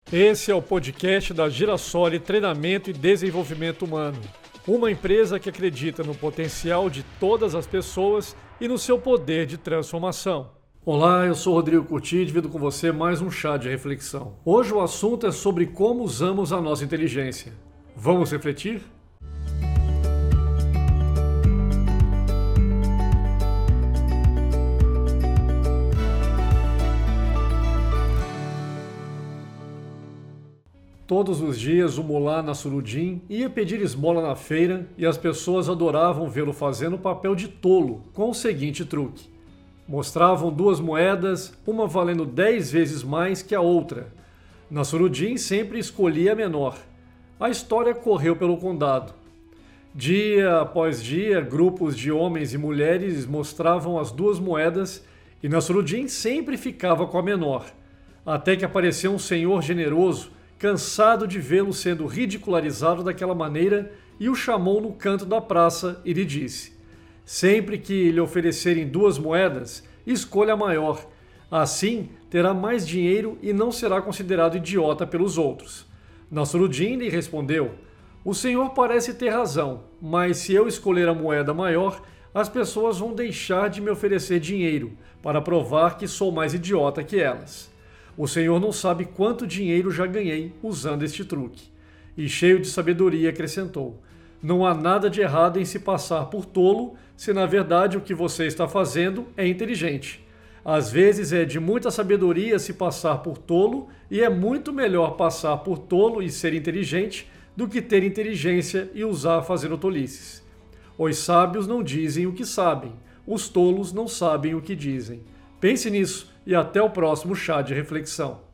Esse é o podcast da Girassoli Treinamento e Desenvolvimento Humano. Uma empresa que acredita no potencial de todas as pessoas e no seu poder de transformação. Olá, eu sou Rodrigo Curti e divido com você mais um chá de reflexão. Hoje o assunto é sobre como usamos a nossa inteligência. Vamos refletir? Todos os dias o mulá Nasruddin ia pedir esmola na feira e as pessoas adoravam vê-lo fazendo o papel de tolo com o seguinte truque. Mostravam 2 moedas, uma valendo 10 vezes mais que a outra. Nasruddin sempre escolhia a menor. A história correu pelo condado. Dia após dia, grupos de homens e mulheres mostravam as 2 moedas e Nasruddin sempre ficava com a menor. Até que apareceu um senhor generoso, cansado de vê-lo sendo ridicularizado daquela maneira, e o chamou no canto da praça e lhe disse: sempre que lhe oferecerem 2 moedas, escolha a maior. Assim, terá mais dinheiro e não será considerado idiota pelos outros. Nasruddin lhe respondeu: o senhor parece ter razão, mas se eu escolher a moeda maior, as pessoas vão deixar de me oferecer dinheiro, para provar que sou mais idiota que elas. O senhor não sabe quanto dinheiro já ganhei usando este truque. E cheio de sabedoria acrescentou: não há nada de errado em se passar por tolo, se na verdade o que você está fazendo é inteligente. Às vezes é de muita sabedoria se passar por tolo, e é muito melhor passar por tolo e ser inteligente do que ter inteligência e usar fazendo tolices. Os sábios não dizem o que sabem, os tolos não sabem o que dizem. Pense nisso e até o próximo chá de reflexão.